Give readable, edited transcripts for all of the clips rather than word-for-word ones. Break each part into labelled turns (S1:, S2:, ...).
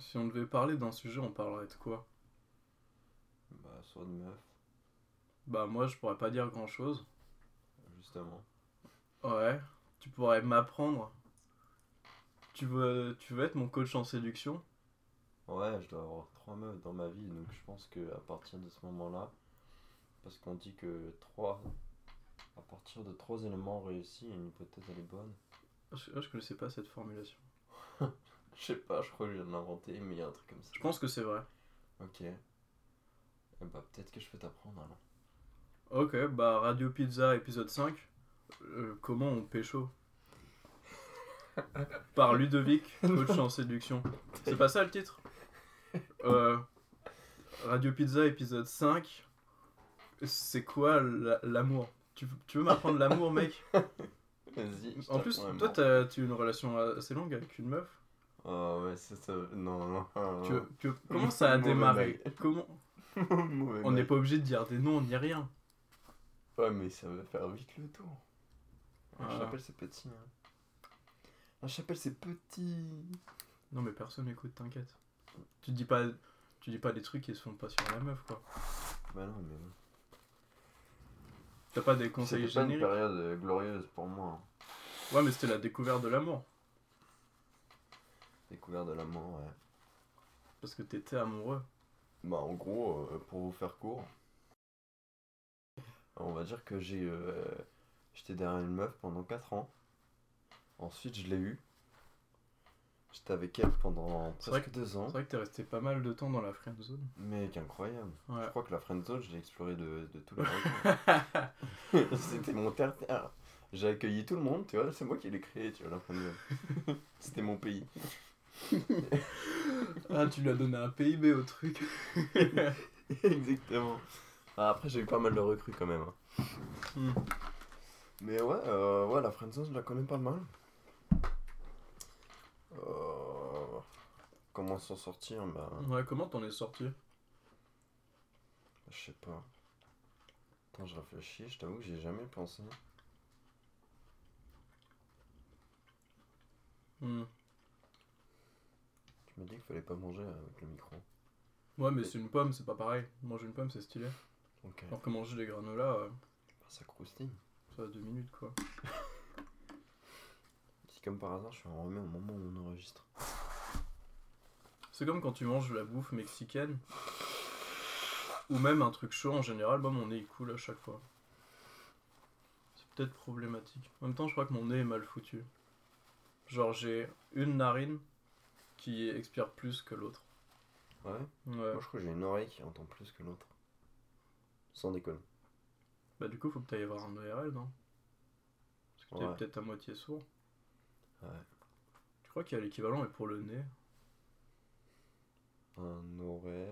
S1: Si on devait parler d'un sujet, on parlerait de quoi?
S2: Bah, soit de meuf,
S1: Bah moi, je pourrais pas dire grand-chose.
S2: justement.
S1: Ouais, tu pourrais m'apprendre. Tu veux être mon coach en séduction?
S2: Ouais, je dois avoir 3 meufs dans ma vie, donc je pense que à partir de ce moment-là, parce qu'on dit que à partir de 3 éléments réussis, une hypothèse elle est bonne.
S1: Je connaissais pas cette formulation.
S2: Je sais pas, je crois que je viens de l'inventer, mais il y a un truc comme ça.
S1: Je pense que c'est vrai.
S2: Ok. Bah, peut-être que je peux t'apprendre alors.
S1: Ok, bah Radio Pizza épisode 5. Comment on pécho? Par Ludovic, coach en séduction. C'est pas ça le titre? Euh, Radio Pizza épisode 5. C'est quoi l'amour? Tu veux m'apprendre l'amour, mec?
S2: Vas-y, je
S1: En plus,
S2: t'apprends un
S1: toi,
S2: mot.
S1: t'as eu une relation assez longue avec une meuf.
S2: Oh, ouais, ça. Non, non, non.
S1: Comment ça a
S2: Mauvais
S1: démarré?
S2: bail.
S1: Comment?
S2: Mauvais
S1: On n'est
S2: bail.
S1: pas obligé de dire des noms ni rien.
S2: Ouais, mais ça va faire vite le tour. La
S1: Ah.
S2: chapelle, c'est petit. Hein. La chapelle, c'est petit.
S1: Non, mais personne n'écoute, t'inquiète. Tu dis pas des trucs qui se font pas sur la meuf, quoi.
S2: Bah non, mais non.
S1: T'as pas des conseils
S2: C'était pas une
S1: génériques?
S2: période glorieuse pour moi.
S1: Ouais, mais c'était la découverte de l'amour.
S2: Découvert de l'amour, ouais.
S1: Parce que t'étais amoureux.
S2: Bah, en gros, pour vous faire court, on va dire que j'étais derrière une meuf pendant 4 ans. Ensuite, je l'ai eue. J'étais avec elle pendant
S1: C'est vrai
S2: presque 2 ans.
S1: C'est vrai que t'es resté pas mal de temps dans la friend zone.
S2: Mec, incroyable.
S1: Ouais.
S2: Je crois que la friendzone, je l'ai exploré de tous les recoins. C'était mon terre-terre. J'ai accueilli tout le monde, tu vois, c'est moi qui l'ai créé, tu vois, la friendzone. C'était mon pays.
S1: Ah, tu lui as donné un PIB au truc.
S2: Exactement. Ah, après, j'ai eu pas mal de recrues quand même. Hein.
S1: Hmm.
S2: Mais ouais, la friendzone, je la connais pas mal. Comment s'en sortir? Bah,
S1: Ouais, comment t'en es sorti?
S2: je sais pas. Attends, je réfléchis, je t'avoue que j'ai jamais pensé.
S1: Hmm.
S2: Tu m'as dit qu'il fallait pas manger avec le micro.
S1: Ouais, mais c'est une pomme, c'est pas pareil. Manger une pomme, c'est stylé.
S2: Ok.
S1: Alors que manger des granolas,
S2: Bah, ça croustille.
S1: ça a 2 minutes, quoi.
S2: Si comme par hasard, je suis en remet au moment où on enregistre.
S1: C'est comme quand tu manges de la bouffe mexicaine. Ou même un truc chaud en général, bah mon nez il coule à chaque fois. C'est peut-être problématique. En même temps, je crois que mon nez est mal foutu. Genre, j'ai une narine qui expire plus que l'autre.
S2: Ouais.
S1: Ouais.
S2: Moi, je crois que j'ai une oreille qui entend plus que l'autre. Sans déconne.
S1: Bah, du coup, faut que t'ailles voir un ORL, non? Parce que t'es
S2: Ouais.
S1: peut-être à moitié sourd.
S2: Ouais.
S1: Tu crois qu'il y a l'équivalent, mais pour le nez?
S2: Un ORL.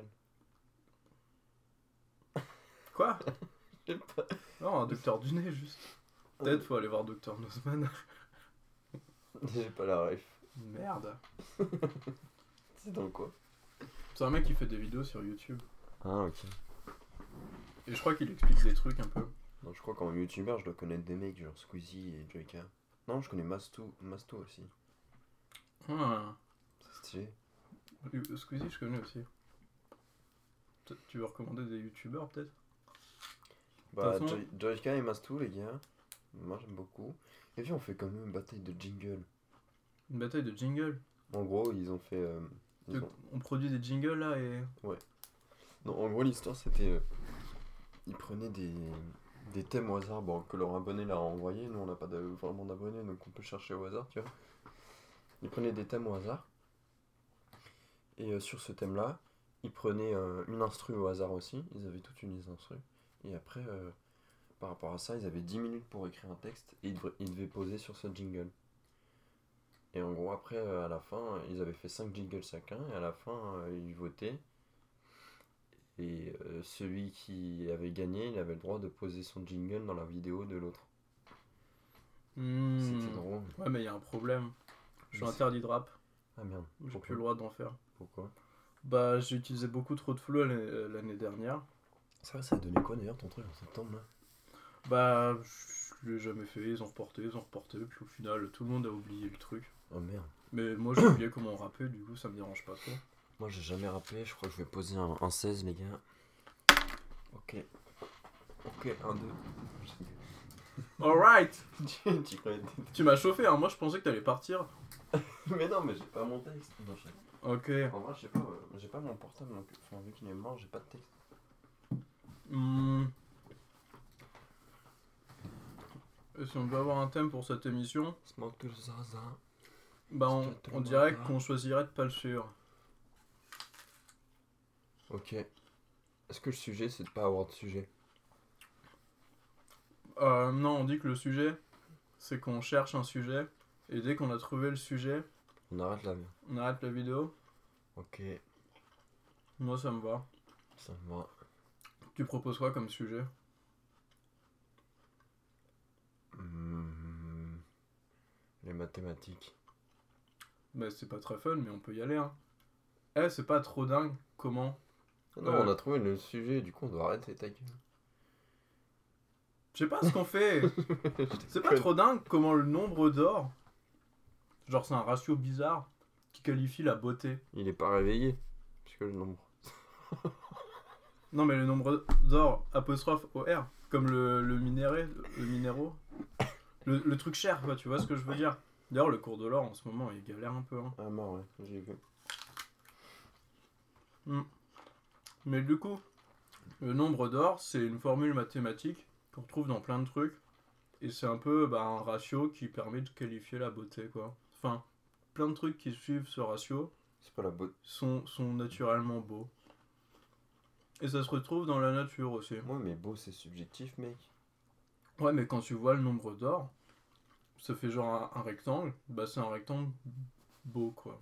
S1: Quoi?
S2: Je sais pas.
S1: Non, un docteur du nez, juste. Peut-être faut aller voir Docteur Nozman.
S2: J'ai pas la ref.
S1: Merde.
S2: C'est dans quoi?
S1: C'est un mec qui fait des vidéos sur YouTube.
S2: Ah, ok.
S1: Et je crois qu'il explique des trucs un peu.
S2: Non, je crois qu'en youtubeur, je dois connaître des mecs genre Squeezie et Joyka. Non, je connais Masto aussi.
S1: Ah.
S2: C'est stylé.
S1: Squeezie, je connais aussi. Tu veux recommander des youtubeurs, peut-être?
S2: Bah,
S1: De toute façon-
S2: Joyka et Masto, les gars. Moi, j'aime beaucoup. Et puis, on fait quand même une bataille de jingle.
S1: Une bataille de jingles.
S2: En gros, ils ont fait.
S1: On produit des jingles là et.
S2: Non, en gros, l'histoire c'était. Ils prenaient des thèmes au hasard bon, que leur abonné leur a envoyé. Nous, on n'a pas vraiment d'abonnés, donc on peut chercher au hasard, tu vois. Ils prenaient des thèmes au hasard. Et sur ce thème-là, ils prenaient une instru au hasard aussi. Ils avaient toute une liste d'instru. Et après, par rapport à ça, ils avaient 10 minutes pour écrire un texte et ils devaient poser sur ce jingle. Et en gros, après, à la fin, ils avaient fait 5 jingles chacun. Et à la fin, ils votaient. Et celui qui avait gagné, il avait le droit de poser son jingle dans la vidéo de l'autre. C'était drôle.
S1: Ouais, mais il y a un problème. Je suis
S2: Mais
S1: interdit de rap.
S2: Ah merde.
S1: J'ai
S2: Pourquoi
S1: plus le droit d'en faire.
S2: Pourquoi?
S1: Bah, j'ai utilisé beaucoup trop de flow l'année dernière.
S2: Ça a donné quoi d'ailleurs ton truc en septembre là?
S1: Bah, je l'ai jamais fait. Ils ont reporté. Puis au final, tout le monde a oublié le truc.
S2: Oh merde.
S1: Mais moi, j'ai oublié comment on rappait. Du coup, ça me dérange pas trop.
S2: Moi j'ai jamais rappelé, je crois que je vais poser un 16 les gars. Ok. Ok, 1, 2.
S1: Alright.
S2: Tu croyais
S1: Tu m'as chauffé, hein. Moi je pensais que t'allais partir.
S2: Mais non, mais j'ai pas mon texte. Non,
S1: Ok.
S2: en vrai, je sais pas, j'ai pas mon portable donc, enfin, vu qu'il est mort, j'ai pas de texte.
S1: Et si on doit avoir un thème pour cette émission,
S2: Smoke to the Zaza.
S1: bah on dirait qu'on choisirait de pas le suivre.
S2: Ok. Est-ce que le sujet c'est de pas avoir de sujet?
S1: Non, on dit que le sujet, c'est qu'on cherche un sujet, et dès qu'on a trouvé le sujet,
S2: On arrête là.
S1: on arrête la vidéo.
S2: Ok,
S1: Moi ça me va.
S2: ça me va.
S1: Tu proposes quoi comme sujet?
S2: Les mathématiques.
S1: Bah c'est pas très fun, mais on peut y aller, hein. Eh, c'est pas trop dingue, comment?
S2: Non, on a trouvé le sujet, du coup on doit arrêter ta gueule.
S1: Je sais pas ce qu'on fait. C'est pas trop dingue comment le nombre d'or, genre c'est un ratio bizarre, qui qualifie la beauté.
S2: Il est pas réveillé, puisque le nombre.
S1: Non mais le nombre d'or, apostrophe OR, comme le minéré, le minéraux. Le truc cher, quoi, tu vois ce que je veux dire. D'ailleurs, le cours de l'or en ce moment, il galère un peu. Hein.
S2: Ah mort, ouais, j'ai vu.
S1: Mais du coup, le nombre d'or, c'est une formule mathématique qu'on retrouve dans plein de trucs. Et c'est un peu un ratio qui permet de qualifier la beauté, quoi. Enfin, plein de trucs qui suivent ce ratio
S2: C'est pas la beauté.
S1: sont naturellement beaux. Et ça se retrouve dans la nature aussi.
S2: Ouais, mais beau c'est subjectif, mec.
S1: Ouais, mais quand tu vois le nombre d'or, ça fait genre un rectangle, bah c'est un rectangle beau, quoi.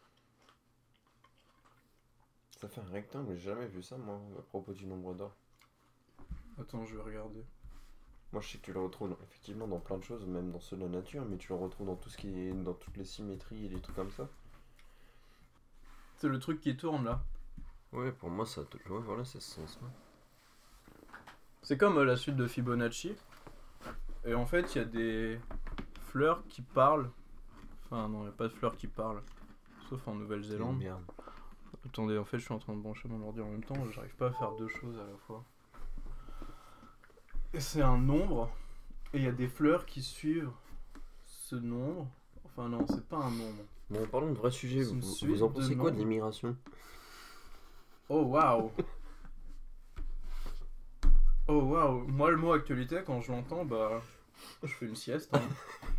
S2: Ça fait un rectangle, j'ai jamais vu ça moi à propos du nombre d'or.
S1: Attends, je vais regarder.
S2: Moi je sais que tu le retrouves effectivement dans plein de choses, même dans ceux de la nature, mais tu le retrouves dans tout ce qui est. Dans toutes les symétries et des trucs comme ça.
S1: C'est le truc qui tourne là.
S2: Ouais, pour moi ça. Ouais, voilà, c'est ce sens-là.
S1: C'est comme la suite de Fibonacci. Et en fait, il y a des fleurs qui parlent. Enfin, non, il n'y a pas de fleurs qui parlent. Sauf en Nouvelle-Zélande.
S2: Merde.
S1: Attendez, en fait, je suis en train de brancher mon ordi en même temps. J'arrive pas à faire deux choses à la fois. Et c'est un nombre. Et il y a des fleurs qui suivent ce nombre. Enfin, non, c'est pas un nombre.
S2: Bon, parlons de vrai sujet.
S1: C'est une
S2: Vous
S1: suite
S2: en
S1: de
S2: pensez quoi de
S1: nombres.
S2: l'immigration?
S1: Oh waouh! Oh waouh! Moi, le mot actualité, quand je l'entends, bah. Je fais une sieste. Hein.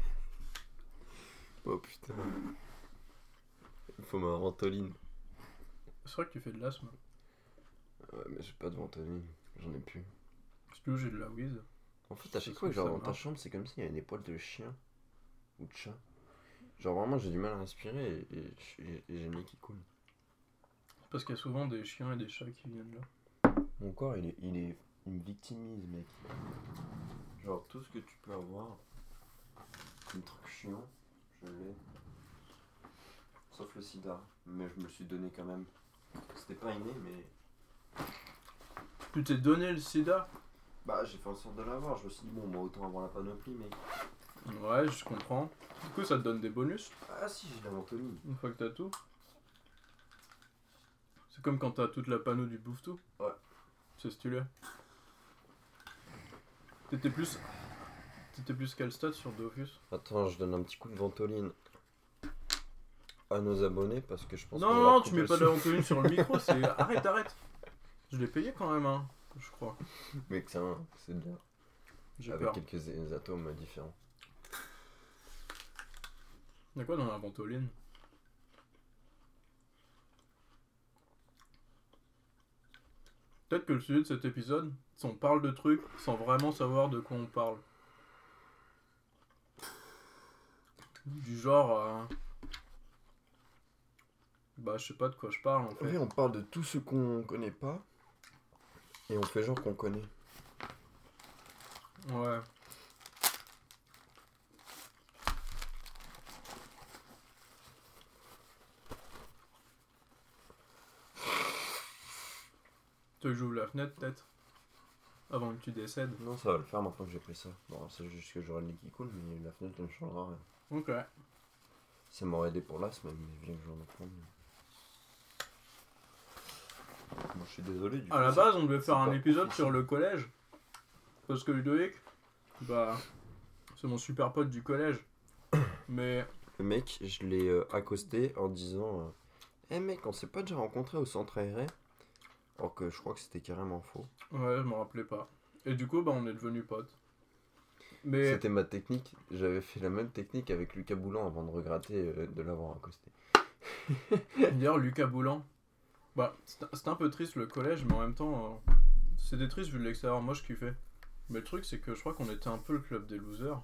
S2: Oh putain. Il faut ma ventoline.
S1: C'est vrai que tu fais de l'asthme.
S2: Ouais, mais j'ai pas de ventoline. J'en ai plus.
S1: Parce que j'ai de la whiz.
S2: En fait, à
S1: Ça
S2: chaque
S1: se
S2: fois que je
S1: trouve,
S2: rentre
S1: ça
S2: dans ta
S1: marche.
S2: chambre, c'est comme s'il y avait des poils de chien ou de chat. Genre vraiment, j'ai du mal à respirer et j'ai le nez qui coule.
S1: Parce qu'il y a souvent des chiens et des chats qui viennent là.
S2: Mon corps, il me victimise, mec. Genre tout ce que tu peux avoir, un truc chiant, je l'ai. Sauf le sida, mais je me le suis donné quand même. C'était pas inné, mais.
S1: Tu t'es donné le sida?
S2: Bah, j'ai fait en sorte de l'avoir. Je me suis dit, bon, moi autant avoir la panoplie, mec.
S1: Ouais, je comprends. Du coup, ça te donne des bonus
S2: Ah, si, j'ai de la ventoline.
S1: une fois que t'as tout. C'est comme quand t'as toute la panneau du bouffe-tout.
S2: Ouais.
S1: C'est stylé. T'étais plus quel stade sur Dofus?
S2: Attends, je donne un petit coup de ventoline à nos abonnés parce que je pense
S1: Non,
S2: qu'on va
S1: non,
S2: leur
S1: tu
S2: couper
S1: mets
S2: le
S1: pas de la
S2: souffle.
S1: ventoline sur le micro, c'est. Arrête! Je l'ai payé quand même, hein, je crois.
S2: Mec, c'est bien.
S1: J'ai
S2: Avec
S1: peur.
S2: quelques atomes différents.
S1: Y'a quoi dans la ventoline? Peut-être que le sujet de cet épisode, c'est on parle de trucs sans vraiment savoir de quoi on parle. Du genre. Bah, je sais pas de quoi je parle en fait.
S2: Oui, on parle de tout ce qu'on connaît pas et on fait genre qu'on connaît.
S1: Ouais. Tu veux que j'ouvre la fenêtre peut-être? Avant que tu décèdes.
S2: Non, ça va le faire maintenant que j'ai pris ça. Bon, c'est juste que j'aurai le nez qui coule, mais la fenêtre ne changera rien.
S1: Ok.
S2: Ça m'aurait aidé pour l'asthme, mais bien que j'en ai pas. suis désolé du coup.
S1: À la base, on devait faire un
S2: pas
S1: épisode
S2: officiel.
S1: sur le collège. Parce que Ludovic, bah, c'est mon super pote du collège. Mais,
S2: Le mec, je l'ai accosté en disant Eh mec, on s'est pas déjà rencontré au centre aéré? Alors que je crois que c'était carrément faux.
S1: ouais, je me rappelais pas. Et du coup, bah, on est devenus potes. Mais,
S2: C'était ma technique. J'avais fait la même technique avec Lucas Boulan avant de regretter de l'avoir accosté.
S1: d'ailleurs, Lucas Boulan, bah, c'était un peu triste le collège, mais en même temps, c'était triste vu de l'extérieur. Moi, je kiffais. Mais le truc, c'est que je crois qu'on était un peu le club des losers.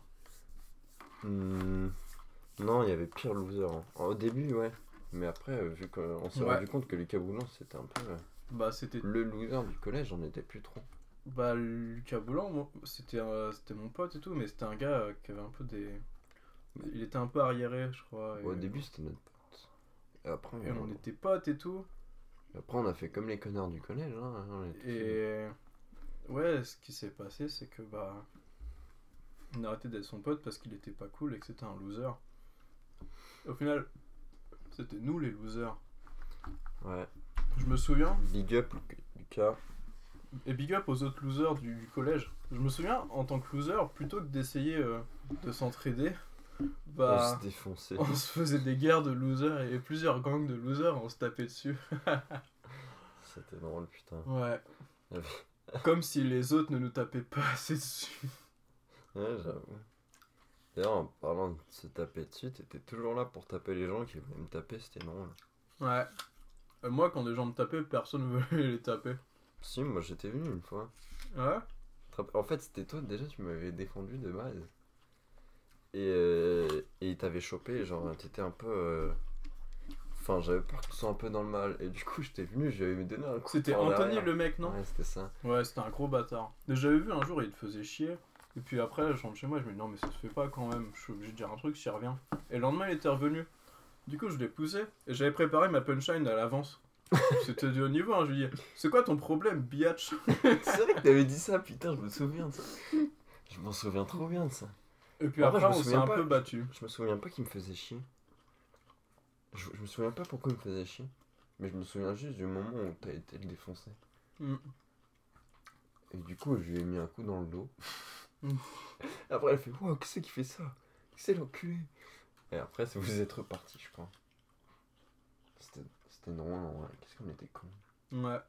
S2: Non, il y avait pire loser. Hein. Au début, ouais. Mais après, vu qu'on s'est
S1: Ouais.
S2: rendu compte que Lucas Boulan, c'était un peu
S1: Bah, c'était.
S2: le loser du collège, on était plus trop.
S1: Bah, Lucas Boulan, moi, c'était mon pote et tout, mais c'était un gars qui avait un peu des. Il était un peu arriéré, je crois.
S2: Au début, c'était notre pote. Et après,
S1: Et on était potes et tout.
S2: on a fait comme les connards du collège. Hein. On était
S1: Et. Ouais, ce qui s'est passé, c'est que, bah. On a arrêté d'être son pote parce qu'il était pas cool et que c'était un loser. Au final, c'était nous les losers.
S2: Ouais.
S1: Je me souviens,
S2: Big up, Lucas.
S1: et big up aux autres losers du collège. Je me souviens, en tant que loser, plutôt que d'essayer de s'entraider,
S2: On
S1: bah.
S2: se défonçait.
S1: On se faisait des guerres de losers et plusieurs gangs de losers, on se tapait dessus.
S2: C'était drôle, putain.
S1: Ouais.
S2: Ouais.
S1: Comme si les autres ne nous tapaient pas assez dessus.
S2: Ouais, j'avoue. D'ailleurs, en parlant de se taper dessus, t'étais toujours là pour taper les gens qui voulaient me taper, c'était drôle.
S1: Ouais. Moi, quand des gens me tapaient, personne ne voulait les taper.
S2: Si, moi j'étais venu une fois.
S1: Ouais.
S2: En fait, c'était toi déjà, tu m'avais défendu de base. Et il t'avait chopé, genre t'étais un peu. Enfin, j'avais peur que tu sois un peu dans le mal. Et du coup, j'étais venu, j'avais donné un coup.
S1: C'était
S2: par
S1: Anthony
S2: derrière.
S1: le mec, non?
S2: Ouais, c'était ça.
S1: Ouais, c'était un gros bâtard. Mais j'avais vu un jour, il te faisait chier. Et puis après, je rentre chez moi, je me dis non, mais ça se fait pas quand même. Je suis obligé de dire un truc s'il revient. Et le lendemain, il était revenu. Du coup, je l'ai poussé. Et j'avais préparé ma punchline à l'avance. C'était du haut niveau, hein. Je lui ai dit c'est quoi ton problème, biatch?
S2: C'est vrai que t'avais dit ça, putain, je me souviens de ça. Je m'en souviens trop bien de ça.
S1: Et puis
S2: Après,
S1: après,
S2: je me
S1: on s'est
S2: souviens
S1: un
S2: pas.
S1: peu battu.
S2: Je me souviens pas qu'il me faisait chier. Je me souviens pas pourquoi il me faisait chier. Mais je me souviens juste du moment où t'as été le défoncer.
S1: Mm.
S2: Et du coup, je lui ai mis un coup dans le dos.
S1: Mm.
S2: Après, elle fait wow, qui c'est qui fait ça? Qui c'est l'enculé? Et après, vous êtes repartis, je crois. C'était drôle, en vrai. Qu'est-ce qu'on était cons.
S1: Ouais.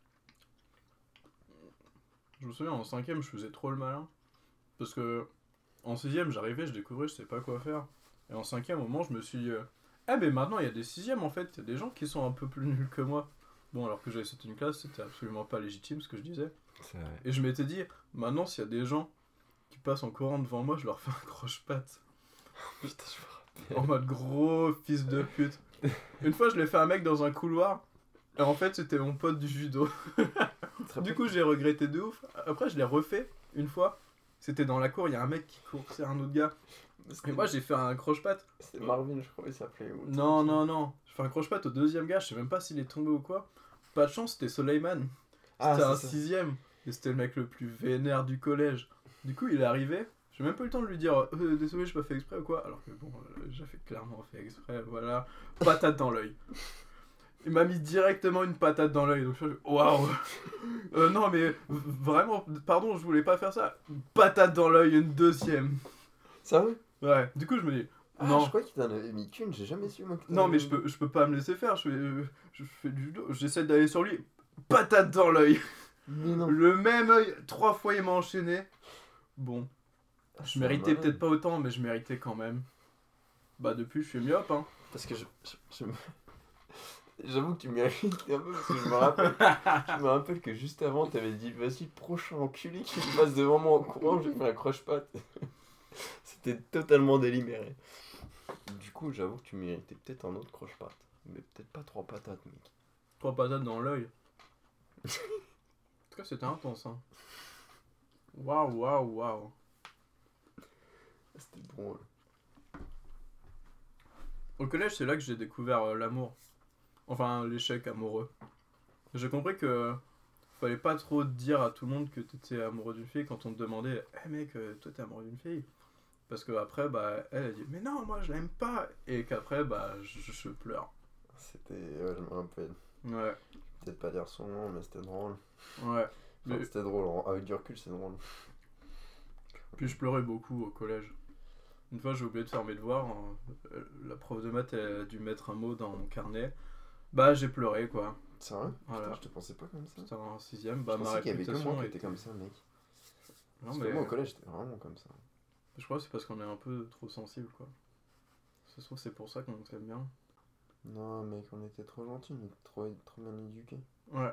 S1: Je me souviens, en 5ème, je faisais trop le malin. Parce que en 6ème, j'arrivais, je découvrais, je sais pas quoi faire. Et en 5ème, au moment, je me suis dit ah, mais maintenant, il y a des 6ème en fait. Il y a des gens qui sont un peu plus nuls que moi. Bon, alors que j'avais sauté une classe, c'était absolument pas légitime ce que je disais.
S2: C'est vrai.
S1: Et je m'étais dit maintenant, s'il y a des gens qui passent en courant devant moi, je leur fais un croche-patte.
S2: Putain, je me rappelle.
S1: En mode gros fils de pute. Une fois, je l'ai fait à un mec dans un couloir. Et en fait, c'était mon pote du judo. Du coup, j'ai regretté de ouf. Après, je l'ai refait une fois. C'était dans la cour, il y a un mec qui court, c'est un autre gars. Et moi, j'ai fait un croche-patte.
S2: C'était Marvin, je crois, il s'appelait.
S1: Non, non, non. Je fais un croche-patte au deuxième gars, je sais même pas s'il est tombé ou quoi. Pas de chance, c'était Soleiman. C'était un
S2: c'est ça.
S1: 6ème. Et c'était le mec le plus vénère du collège. Du coup, il est arrivé. J'ai même pas eu le temps de lui dire désolé, j'ai pas fait exprès ou quoi. Alors que bon, j'ai clairement fait exprès. Voilà. Patate dans l'œil. Il m'a mis directement une patate dans l'œil. Donc je suis waouh. Non, mais vraiment, pardon, je voulais pas faire ça. Patate dans l'œil, une deuxième.
S2: Sérieux?
S1: Ouais. Du coup, je me dis
S2: Ah,
S1: non.
S2: je crois qu'il t'en avait mis qu'une, j'ai jamais su moi que t'en
S1: Non, mais
S2: avais mis.
S1: je peux pas me laisser faire. Je fais du judo. J'essaie d'aller sur lui. Patate dans l'œil.
S2: Mais non.
S1: Le même œil, 3 fois il m'a enchaîné. Bon,
S2: Ah,
S1: je
S2: c'est
S1: méritais
S2: malade.
S1: peut-être pas autant, mais je méritais quand même. Bah depuis, je suis myope, hein.
S2: Parce que j'avoue que tu mérites un peu parce que je me rappelle que juste avant t'avais dit vas-y prochain enculé qui passe devant moi en courant, j'ai fait un croche-patte. C'était totalement délibéré. Du coup j'avoue que tu méritais peut-être un autre croche-patte. Mais peut-être pas 3 patates mec.
S1: 3 patates dans l'œil. En tout cas, c'était intense, hein. Waouh, waouh, waouh.
S2: C'était drôle.
S1: Au collège, c'est là que j'ai découvert l'amour. Enfin, l'échec amoureux. J'ai compris que fallait pas trop dire à tout le monde que t'étais amoureux d'une fille quand on te demandait hey mec, toi t'es amoureux d'une fille? Parce que après, bah, elle a dit mais non, moi je l'aime pas. Et qu'après, bah, je pleure.
S2: C'était. Ouais, je me rappelle.
S1: Ouais.
S2: peut-être pas dire son nom, mais c'était drôle.
S1: Ouais.
S2: Enfin,
S1: Mais-
S2: c'était drôle, avec du recul, c'est drôle.
S1: Puis je pleurais beaucoup au collège. Une fois, j'ai oublié de faire mes devoirs. La prof de maths elle a dû mettre un mot dans mon carnet. Bah, j'ai pleuré, quoi.
S2: C'est vrai?
S1: Voilà.
S2: Putain, je te pensais pas comme ça.
S1: C'était en 6ème.
S2: Je
S1: Bah, ma
S2: pensais qu'il y avait que
S1: réputation
S2: moi qui
S1: était
S2: était comme ça, mec.
S1: Non,
S2: Parce
S1: mais
S2: que moi, au collège, j'étais vraiment comme ça.
S1: je crois que c'est parce qu'on est un peu trop sensible, quoi. Ça se trouve, c'est pour ça qu'on s'aime bien.
S2: Non, mec, on était trop gentils, on était trop bien éduqués.
S1: Ouais.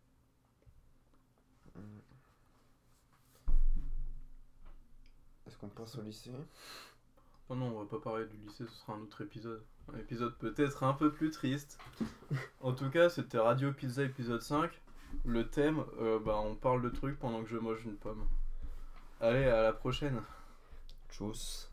S2: Est-ce qu'on passe au lycée?
S1: Oh non, on va pas parler du lycée, ce sera un autre épisode. Un épisode peut-être un peu plus triste. En tout cas, c'était Radio Pizza épisode 5. Le thème, bah, on parle de trucs pendant que je mange une pomme. Allez, à la prochaine.
S2: Tchuss.